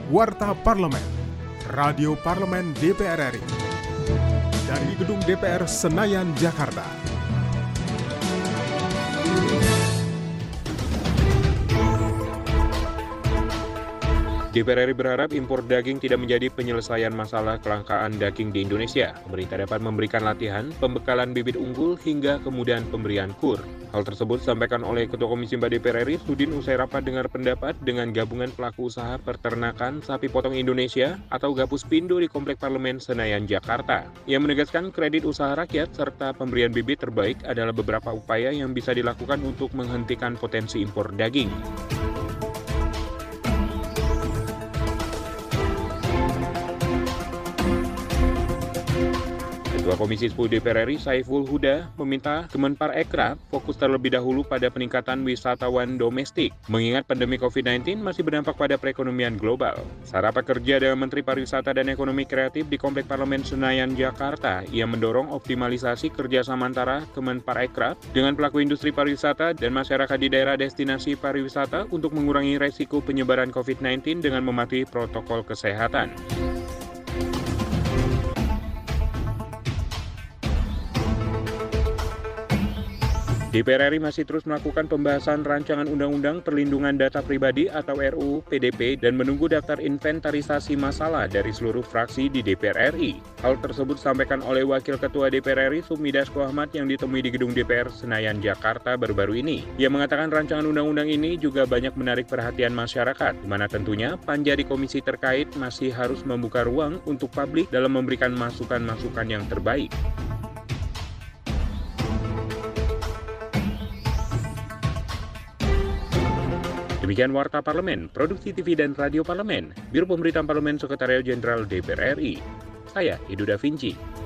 Warta Parlemen, Radio Parlemen DPR RI. Dari Gedung DPR Senayan, Jakarta. DPR RI berharap impor daging tidak menjadi penyelesaian masalah kelangkaan daging di Indonesia. Pemerintah dapat memberikan latihan, pembekalan bibit unggul, hingga kemudian pemberian kur. Hal tersebut disampaikan oleh Ketua Komisi 4 DPR RI, Sudin, usai rapat dengar pendapat dengan Gabungan Pelaku Usaha Peternakan Sapi Potong Indonesia atau Gapuspindo di Komplek Parlemen Senayan, Jakarta. Ia menegaskan kredit usaha rakyat serta pemberian bibit terbaik adalah beberapa upaya yang bisa dilakukan untuk menghentikan potensi impor daging. Ketua Komisi 10 DPR RI, Saiful Huda, meminta Kemenparekraf fokus terlebih dahulu pada peningkatan wisatawan domestik, mengingat pandemi COVID-19 masih berdampak pada perekonomian global. Saat rapat kerja dengan Menteri Pariwisata dan Ekonomi Kreatif di Komplek Parlemen Senayan, Jakarta, ia mendorong optimalisasi kerjasama antara Kemenparekraf dengan pelaku industri pariwisata dan masyarakat di daerah destinasi pariwisata untuk mengurangi resiko penyebaran COVID-19 dengan mematuhi protokol kesehatan. DPR RI masih terus melakukan pembahasan rancangan Undang-Undang Perlindungan Data Pribadi atau RUU PDP dan menunggu daftar inventarisasi masalah dari seluruh fraksi di DPR RI. Hal tersebut disampaikan oleh Wakil Ketua DPR RI Sufmi Dasko Ahmad yang ditemui di Gedung DPR Senayan, Jakarta baru-baru ini. Ia mengatakan rancangan undang-undang ini juga banyak menarik perhatian masyarakat, di mana tentunya panja di komisi terkait masih harus membuka ruang untuk publik dalam memberikan masukan-masukan yang terbaik. Demikian Warta Parlemen, Produksi TV dan Radio Parlemen, Biro Pemberitaan Parlemen Sekretariat Jenderal DPR RI. Saya, Edo Da Vinci.